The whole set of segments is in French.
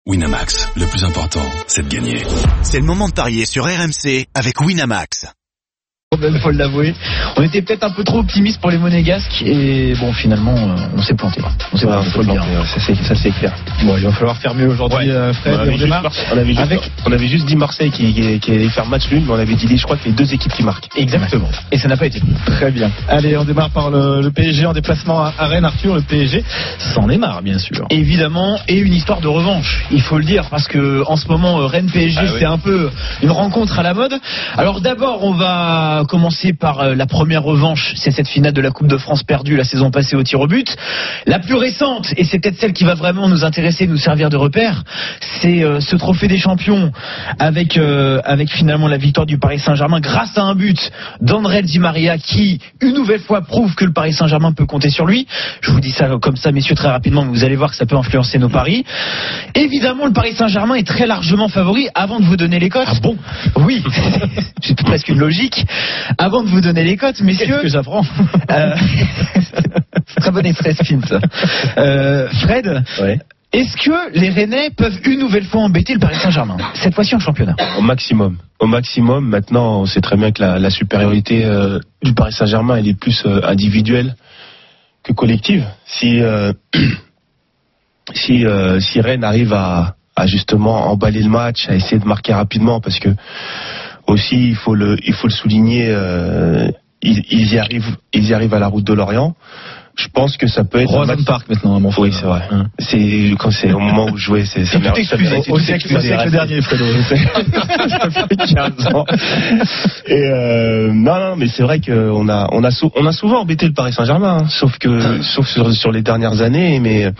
Winamax, le plus important, c'est de gagner. C'est le moment de parier sur RMC avec Winamax. Il faut l'avouer. On était peut-être un peu trop optimiste pour les Monégasques et bon, finalement, on s'est planté. On s'est planté, faut le dire. Ça c'est clair. Bon, il va falloir faire mieux aujourd'hui, Fred. On avait juste dit Marseille qui allait faire match nul, mais on avait dit, je crois que les deux équipes qui marquent. Exactement. Et ça n'a pas été. Très bien. Allez, on démarre par le PSG en déplacement à Rennes. Arthur, le PSG s'en est marre, bien sûr. Évidemment, et une histoire de revanche, il faut le dire, parce que en ce moment, Rennes-PSG, c'est un peu une rencontre à la mode. Alors d'abord, on va commencer par la première revanche, c'est cette finale de la Coupe de France perdue la saison passée au tir au but. La plus récente, et c'est peut-être celle qui va vraiment nous intéresser, nous servir de repère, c'est ce trophée des champions avec finalement la victoire du Paris Saint-Germain grâce à un but d'André Di Maria qui, une nouvelle fois, prouve que le Paris Saint-Germain peut compter sur lui. Je vous dis ça comme ça, messieurs, très rapidement, mais vous allez voir que ça peut influencer nos paris. Évidemment, le Paris Saint-Germain est très largement favori. Avant de vous donner les cotes... Ah bon ? Oui, c'est presque une logique. Avant de vous donner les cotes, messieurs... Qu'est-ce que j'apprends Très bon extrait spin, ça. Fred, ouais. Est-ce que les Rennais peuvent une nouvelle fois embêter le Paris Saint-Germain, cette fois-ci en championnat? Au maximum. Maintenant, on sait très bien que la supériorité du Paris Saint-Germain, elle est plus individuelle que collective. Si Rennes arrive à justement emballer le match, à essayer de marquer rapidement, parce que aussi il faut le souligner, ils y arrivent à la route de L'Orient. Je pense que ça peut être Roazhon Park maintenant, mon frère. Oui, c'est vrai. C'est quand c'est au moment où je jouais, c'est tout excusé. Au siècle dernier, Fredo. Ça fait 15 ans. Et non, mais c'est vrai qu'on a souvent embêté le Paris Saint-Germain, sauf sur les dernières années, mais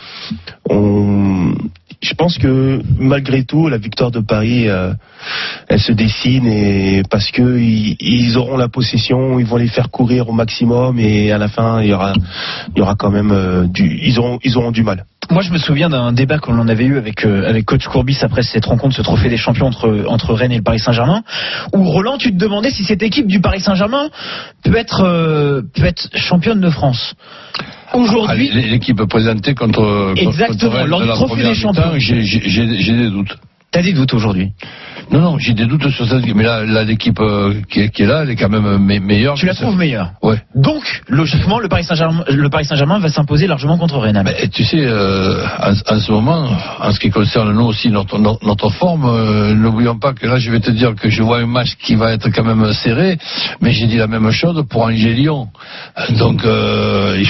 je pense que malgré tout, la victoire de Paris, elle se dessine, et parce que ils auront la possession, ils vont les faire courir au maximum, et à la fin, il y aura quand même ils auront du mal. Moi, je me souviens d'un débat qu'on en avait eu avec coach Courbis après cette rencontre, ce trophée des champions entre Rennes et le Paris Saint-Germain, où Roland, tu te demandais si cette équipe du Paris Saint-Germain peut être championne de France. Aujourd'hui, l'équipe présentée contre exactement, lors du trophée des champions, j'ai des doutes. T'as des doutes aujourd'hui? Non, j'ai des doutes sur ça. Mais là l'équipe qui est là, elle est quand même meilleure. Tu la trouves meilleure? Ouais. Donc, logiquement, le Paris Saint-Germain va s'imposer largement contre Rennes. Mais tu sais, en ce moment, en ce qui concerne nous aussi notre forme, n'oublions pas que là, je vais te dire que je vois un match qui va être quand même serré, mais j'ai dit la même chose pour Angers-Lyon. Donc, il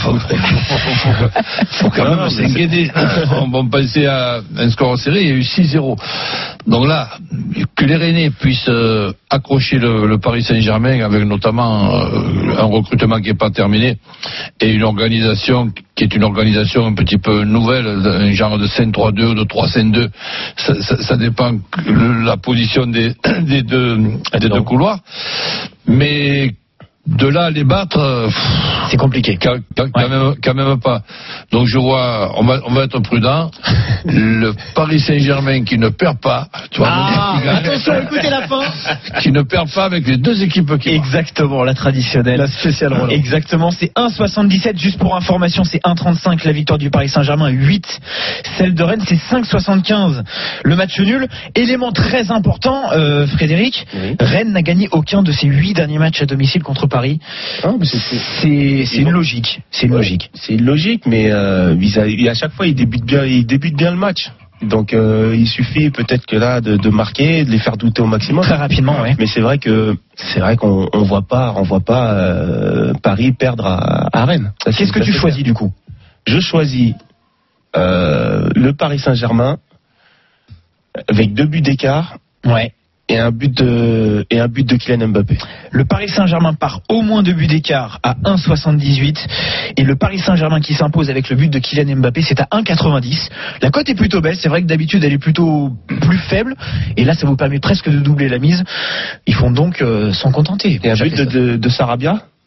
faut quand même s'inquiéter. On va penser à un score serré, il y a eu 6-0. Donc là, que les Rennais puissent accrocher le Paris Saint-Germain avec notamment un recrutement qui n'est pas terminé et une organisation qui est une organisation un petit peu nouvelle, un genre de 5-3-2 ou de 3-5-2, ça dépend de la position des deux couloirs, mais de là à les battre, c'est compliqué. Quand même pas. Donc je vois, on va être prudent. Le Paris Saint-Germain qui ne perd pas. Tu vois, attention, écoutez la fin. Qui ne perd pas avec les deux équipes qui exactement, la traditionnelle. La spéciale Roland. Exactement, c'est 1,77 juste pour information, c'est 1,35 la victoire du Paris Saint-Germain, 8 celle de Rennes, c'est 5,75 le match nul. Élément très important, Frédéric, oui. Rennes n'a gagné aucun de ses 8 derniers matchs à domicile contre Paris. C'est une logique. C'est une logique, mais à chaque fois, ils débutent bien le match. Donc il suffit peut-être que là de marquer, de les faire douter au maximum. Très rapidement, oui. Mais c'est vrai qu'on voit pas Paris perdre à Rennes. Qu'est-ce que tu choisis du coup? Je choisis le Paris Saint-Germain avec 2 buts d'écart. Ouais. Et un but de Kylian Mbappé. Le Paris Saint-Germain part au moins 2 buts d'écart à 1,78 et le Paris Saint-Germain qui s'impose avec le but de Kylian Mbappé, c'est à 1,90. La cote est plutôt belle, c'est vrai que d'habitude elle est plutôt plus faible et là ça vous permet presque de doubler la mise. Ils font donc s'en contenter. Et un but de Sarabia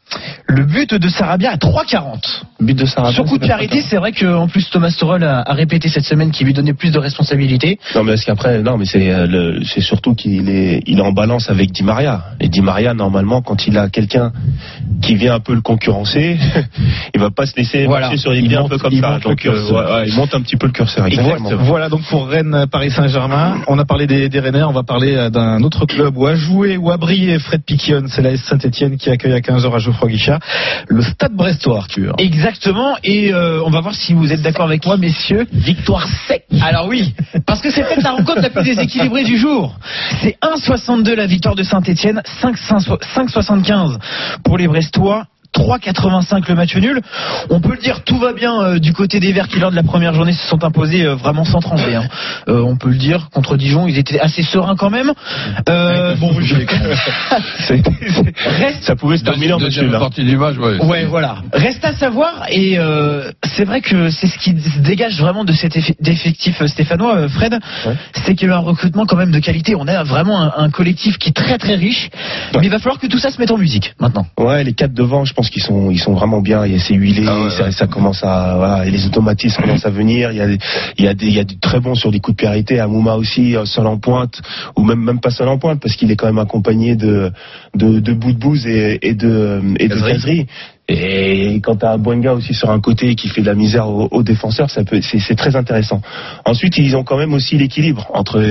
Le but de Sarabia à 3,40. But de Sarabia. Sur coup de pied arrêté, c'est vrai qu'en plus Thomas Tuchel a répété cette semaine qu'il lui donnait plus de responsabilités. Non, mais est-ce qu'après, non, mais c'est surtout qu'il est en balance avec Di Maria. Et Di Maria, normalement, quand il a quelqu'un qui vient un peu le concurrencer, il va pas se laisser marcher sur les pieds un peu comme ça. Donc, il monte un petit peu le curseur. Voilà donc pour Rennes, Paris Saint-Germain. On a parlé des Rennais, on va parler d'un autre club où a joué, où a brillé Fred Piquion. C'est l'AS Saint-Etienne qui accueille à 15h à Geoffroy Guichard le Stade Brestois, Arthur. Exactement, et on va voir si vous êtes d'accord avec moi, messieurs. Victoire sec. Alors oui, parce que c'est peut-être la rencontre la plus déséquilibrée du jour. C'est 1,62 la victoire de Saint-Etienne, 5,75 pour les Brestois. 3,85 le match nul. On peut le dire, tout va bien du côté des Verts qui lors de la première journée se sont imposés vraiment sans trembler. On peut le dire, contre Dijon, ils étaient assez sereins quand même. Bon, ça pouvait se terminer en match nul. Partie du match, ouais, voilà. Reste à savoir, et c'est vrai que c'est ce qui se dégage vraiment de cet effectif stéphanois, Fred, c'est qu'il y a eu un recrutement quand même de qualité. On a vraiment un collectif qui est très très riche, mais il va falloir que tout ça se mette en musique maintenant. Ouais, les 4 devant, je pense qu'ils sont vraiment bien. C'est huilé, ça commence à et les automatismes commencent à venir. Il y a du très bon sur les coups de pied arrêtés. Amouma aussi seul en pointe, ou même pas seul en pointe parce qu'il est quand même accompagné de Boudbouz et de Kazri. Et quand t'as Bouenga aussi sur un côté qui fait de la misère aux défenseurs, c'est très intéressant. Ensuite, ils ont quand même aussi l'équilibre entre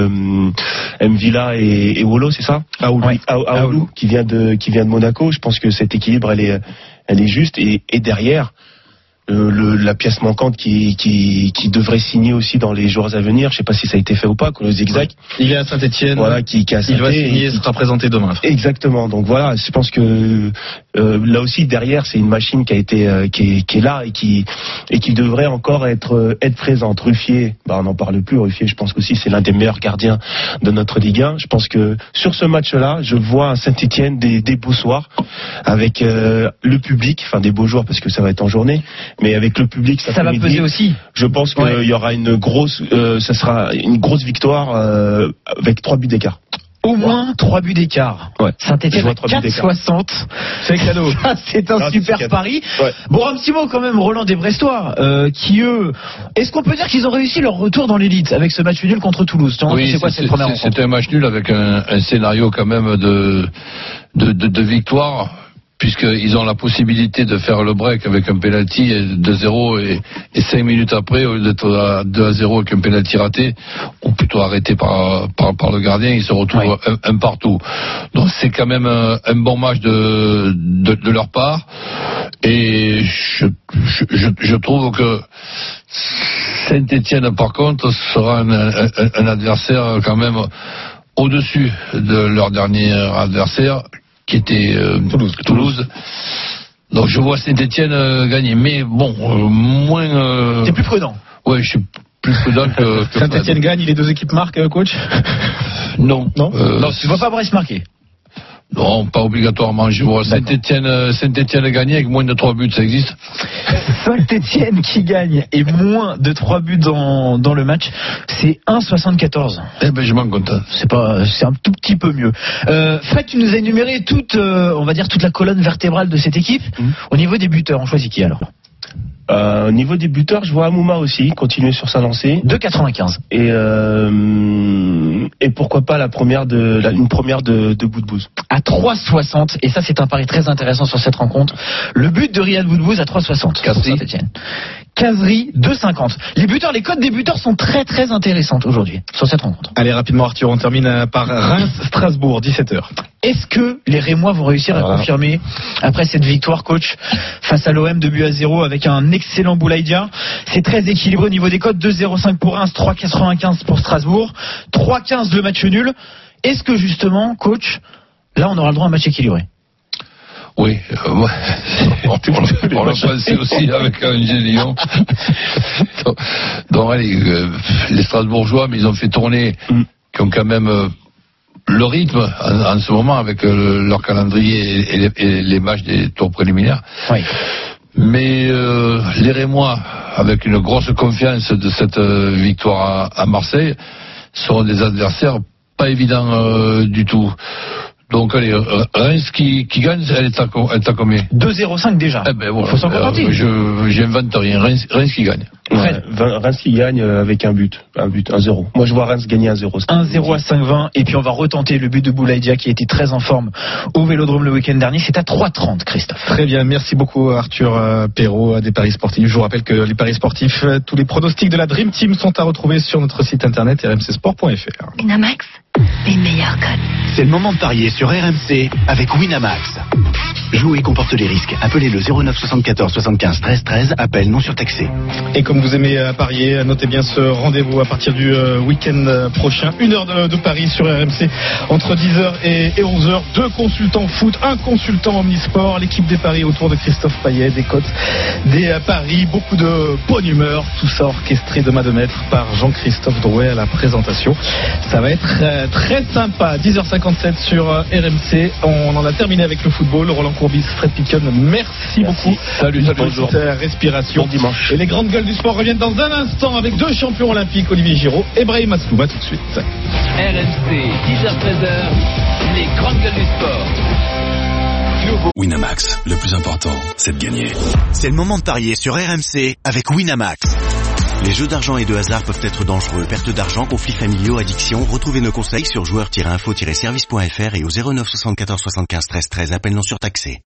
Mvila et Wolo, c'est ça? Aoulou, qui vient de Monaco. Je pense que cet équilibre, elle est juste. Et derrière, la pièce manquante qui devrait signer aussi dans les jours à venir, je sais pas si ça a été fait ou pas, que le zigzag. Il est à Saint-Etienne. Voilà, qui a il va signer, sera présenté demain. Exactement. Donc voilà, je pense que là aussi derrière, c'est une machine qui est là et qui devrait encore être présente. Ruffier, on n'en parle plus. Ruffier, je pense qu'aussi c'est l'un des meilleurs gardiens de notre Ligue 1. Je pense que sur ce match-là, je vois à Saint-Etienne des beaux soirs avec le public, enfin des beaux jours parce que ça va être en journée. Mais avec le public, ça va peser aussi. Je pense qu'il y aura ça sera une grosse victoire avec 3 buts d'écart. Au moins 3 buts d'écart. Ouais. Saint-Etienne 4,60. C'est cadeau. C'est un super pari. Ouais. Bon, un petit mot quand même, Roland, des Brestois, qui eux, est-ce qu'on peut dire qu'ils ont réussi leur retour dans l'élite avec ce match nul contre Toulouse? Oui, c'est quoi cette première rencontre? C'était un match nul avec un scénario quand même de victoire. Puisqu'ils ont la possibilité de faire le break avec un penalty 2-0 et 5 minutes après, au lieu d'être à 2-0 avec un penalty raté, ou plutôt arrêté par le gardien, ils se retrouvent un partout. Donc c'est quand même un bon match de leur part. Et je trouve que Saint-Etienne, par contre, sera un adversaire quand même au-dessus de leur dernier adversaire, qui était Toulouse. Donc je vois Saint-Etienne gagner, mais bon, moins. T'es plus prudent. Ouais, je suis plus prudent que Saint-Etienne gagne, les deux équipes marquent, coach? Non. Non, tu vois pas Brest marquer? Non, pas obligatoirement. Je vois Saint-Etienne gagner avec moins de 3 buts, ça existe? Saint-Etienne qui gagne et moins de 3 buts dans le match, c'est 1,74. Eh ben, je m'en contente. C'est un tout petit peu mieux. Fred, tu nous as énuméré toute la colonne vertébrale de cette équipe. Au niveau des buteurs, on choisit qui alors? Au niveau des buteurs, je vois Amouma aussi continuer sur sa lancée. 2,95. Et pourquoi pas une première de Boudbouz. À 3,60. Et ça, c'est un pari très intéressant sur cette rencontre. Le but de Riyad Boudbouz à 3,60. Kazri, 2,50. Les codes des buteurs sont très très intéressantes aujourd'hui sur cette rencontre. Allez, rapidement Arthur, on termine par Reims-Strasbourg, 17h. Est-ce que les Rémois vont réussir à confirmer après cette victoire, coach, face à l'OM 2-0 avec un excellent Boulaïdia? C'est très équilibré au niveau des codes. 2,05 pour Reims, 3,95 pour Strasbourg, 3,15 le match nul. Est-ce que justement, coach, là on aura le droit à un match équilibré? Oui, on l'a passé aussi avec Angers Lyon. Donc allez, les Strasbourgeois, mais ils ont fait tourner, qui ont quand même le rythme en ce moment avec leur calendrier et les matchs des tours préliminaires. Oui. Mais les Rémois, avec une grosse confiance de cette victoire à Marseille, seront des adversaires pas évidents du tout. Donc allez, Reims qui gagne, elle est à combien? 2,05 déjà. Eh ben voilà. Faut s'en contenter. J'invente rien. Reims qui gagne. Ouais, Reims qui gagne avec un but, 1-0. Moi je vois Reims gagner 1-0. 1-0 à 5,20 et puis on va retenter le but de Boulaïdia qui a été très en forme au Vélodrome le week-end dernier. C'est à 3,30, Christophe. Très bien, merci beaucoup Arthur Perrault des Paris Sportifs. Je vous rappelle que les Paris Sportifs, tous les pronostics de la Dream Team sont à retrouver sur notre site internet rmcsport.fr. Winamax, les meilleurs codes. C'est le moment de parier sur RMC avec Winamax. Jouer comporte les risques. Appelez le 09 74 75 13 13. Appel non surtaxé. Et comme vous aimez parier, notez bien ce rendez-vous à partir du week-end prochain. 1 heure de paris sur RMC entre 10h et 11h. 2 consultants foot, 1 consultant omnisport. L'équipe des paris autour de Christophe Payet, des cotes, des paris, beaucoup de bonne humeur. Tout ça orchestré de main de maître par Jean-Christophe Drouet à la présentation. Ça va être très sympa. 10h57 sur RMC. On en a terminé avec le football. Roland Courbis, Fred Piquion, merci beaucoup. Salut, bonjour. Respiration. Bon dimanche. Et les grandes gueules du sport reviennent dans un instant avec 2 champions olympiques, Olivier Giraud et Brahim Asloum. À tout de suite. RMC, 10h-13h, les grandes gueules du sport. Winamax, le plus important, c'est de gagner. C'est le moment de parier sur RMC avec Winamax. Les jeux d'argent et de hasard peuvent être dangereux. Perte d'argent, conflits familiaux, addiction. Retrouvez nos conseils sur joueurs-info-service.fr et au 09 74 75 13 13. Appel non surtaxé.